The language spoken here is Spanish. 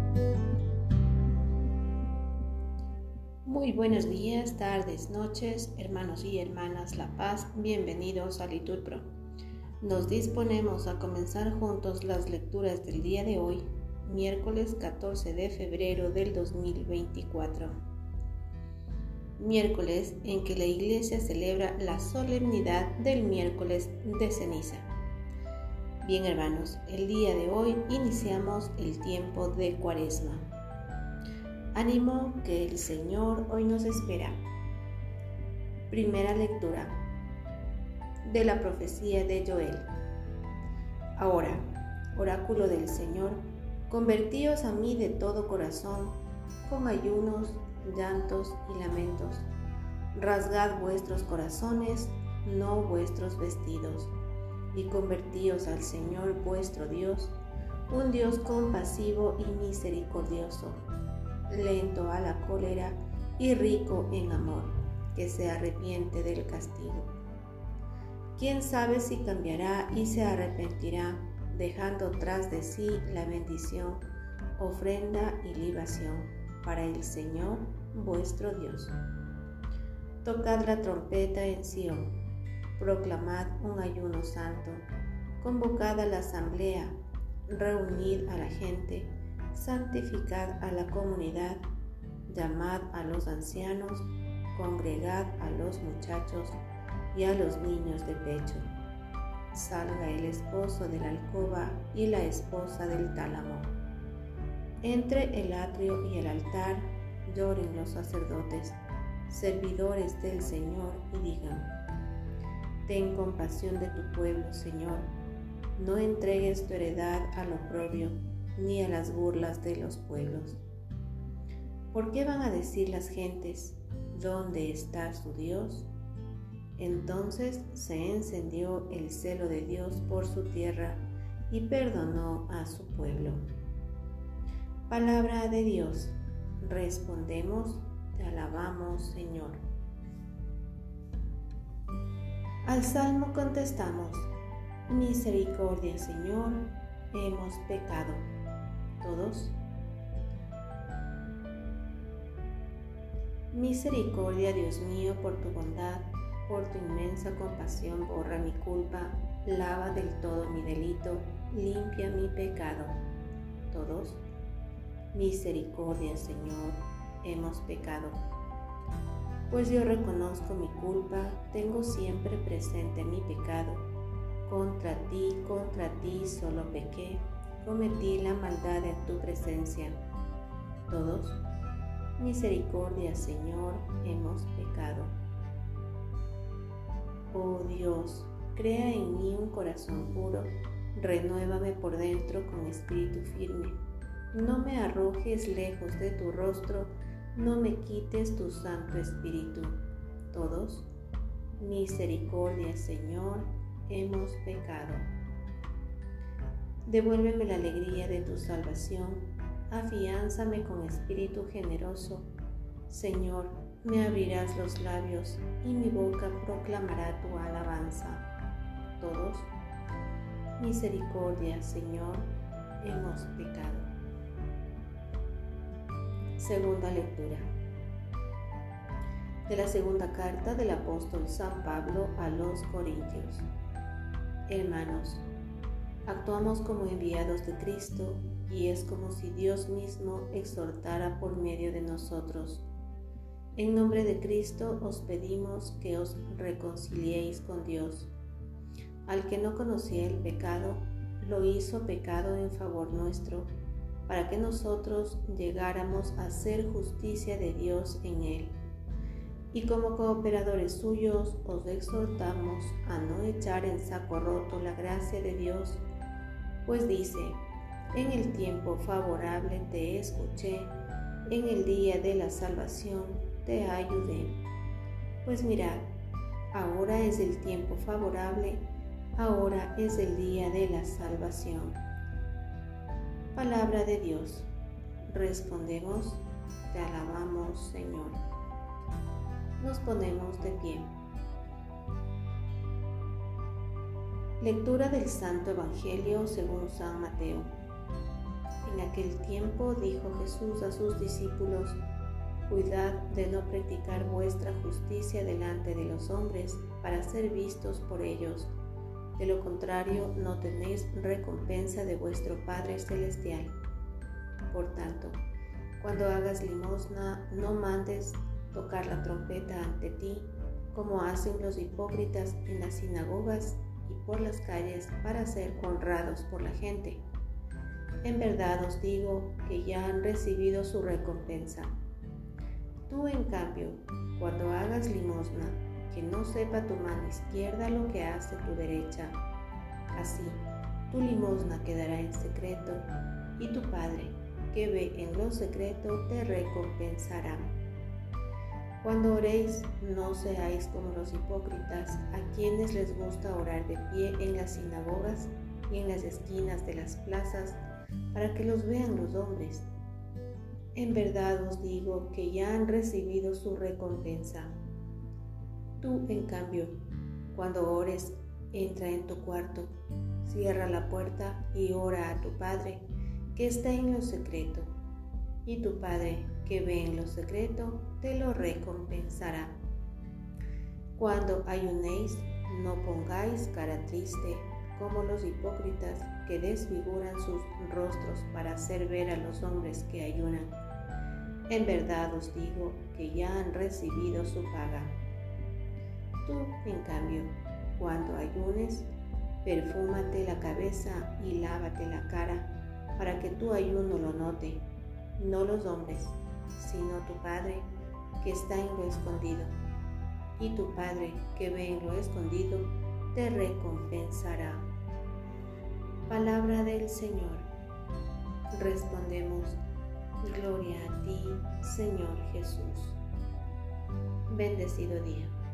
Muy buenos días, tardes, noches, hermanos y hermanas La Paz, bienvenidos a Liturpro. Nos disponemos a comenzar juntos las lecturas del día de hoy, miércoles 14 de febrero del 2024. Miércoles en que la Iglesia celebra la solemnidad del miércoles de ceniza. Bien, hermanos, el día de hoy iniciamos el tiempo de Cuaresma. Ánimo que el Señor hoy nos espera. Primera lectura de la profecía de Joel. Ahora, oráculo del Señor, convertíos a mí de todo corazón, con ayunos, llantos y lamentos. Rasgad vuestros corazones, no vuestros vestidos, y convertíos al Señor vuestro Dios, un Dios compasivo y misericordioso, lento a la cólera y rico en amor, que se arrepiente del castigo. ¿Quién sabe si cambiará y se arrepentirá, dejando tras de sí la bendición, ofrenda y libación para el Señor vuestro Dios? Tocad la trompeta en Sión, proclamad un ayuno santo, convocad a la asamblea, reunid a la gente, santificad a la comunidad, llamad a los ancianos, congregad a los muchachos y a los niños de pecho. Salga el esposo de la alcoba y la esposa del tálamo. Entre el atrio y el altar lloren los sacerdotes, servidores del Señor, y digan: ten compasión de tu pueblo, Señor, no entregues tu heredad al oprobio, ni a las burlas de los pueblos. ¿Por qué van a decir las gentes: ¿dónde está su Dios? Entonces se encendió el celo de Dios por su tierra y perdonó a su pueblo. Palabra de Dios. Respondemos: te alabamos, Señor. Al salmo contestamos: misericordia, Señor, hemos pecado. Todos. Misericordia, Dios mío, por tu bondad, por tu inmensa compasión, borra mi culpa, lava del todo mi delito, limpia mi pecado. Todos. Misericordia, Señor, hemos pecado. Pues yo reconozco mi culpa, tengo siempre presente mi pecado. Contra ti solo pequé, cometí la maldad en tu presencia. Todos. Misericordia, Señor, hemos pecado. Oh Dios, crea en mí un corazón puro, renuévame por dentro con espíritu firme. No me arrojes lejos de tu rostro, no me quites tu Santo Espíritu. Todos. Misericordia, Señor, hemos pecado. Devuélveme la alegría de tu salvación, afiánzame con espíritu generoso. Señor, me abrirás los labios y mi boca proclamará tu alabanza. Todos. Misericordia, Señor, hemos pecado. Segunda lectura de la segunda carta del apóstol San Pablo a los Corintios. Hermanos, actuamos como enviados de Cristo, y es como si Dios mismo exhortara por medio de nosotros. En nombre de Cristo os pedimos que os reconciliéis con Dios. Al que no conocía el pecado, lo hizo pecado en favor nuestro, para que nosotros llegáramos a ser justicia de Dios en él. Y como cooperadores suyos os exhortamos a no echar en saco roto la gracia de Dios, pues dice: en el tiempo favorable te escuché, en el día de la salvación te ayudé. Pues mirad, ahora es el tiempo favorable, ahora es el día de la salvación. Palabra de Dios. Respondemos: te alabamos, Señor. Nos ponemos de pie. Lectura del Santo Evangelio según San Mateo. En aquel tiempo dijo Jesús a sus discípulos: Cuidad de no practicar vuestra justicia delante de los hombres para ser vistos por ellos. De lo contrario, no tenéis recompensa de vuestro Padre Celestial. Por tanto, cuando hagas limosna, no mandes tocar la trompeta ante ti, como hacen los hipócritas en las sinagogas y por las calles para ser honrados por la gente. En verdad os digo que ya han recibido su recompensa. Tú, en cambio, cuando hagas limosna, que no sepa tu mano izquierda lo que hace tu derecha. Así, tu limosna quedará en secreto, y tu Padre, que ve en lo secreto, te recompensará. Cuando oréis, no seáis como los hipócritas, a quienes les gusta orar de pie en las sinagogas y en las esquinas de las plazas, para que los vean los hombres. En verdad os digo que ya han recibido su recompensa. Tú, en cambio, cuando ores, entra en tu cuarto, cierra la puerta y ora a tu Padre, que está en lo secreto, y tu Padre, que ve en lo secreto, te lo recompensará. Cuando ayunéis, no pongáis cara triste, como los hipócritas que desfiguran sus rostros para hacer ver a los hombres que ayunan. En verdad os digo que ya han recibido su paga. Tú, en cambio, cuando ayunes, perfúmate la cabeza y lávate la cara, para que tu ayuno lo note, no los hombres, sino tu Padre que está en lo escondido. Y tu Padre que ve en lo escondido, te recompensará. Palabra del Señor. Respondemos: Gloria a ti, Señor Jesús. Bendecido día.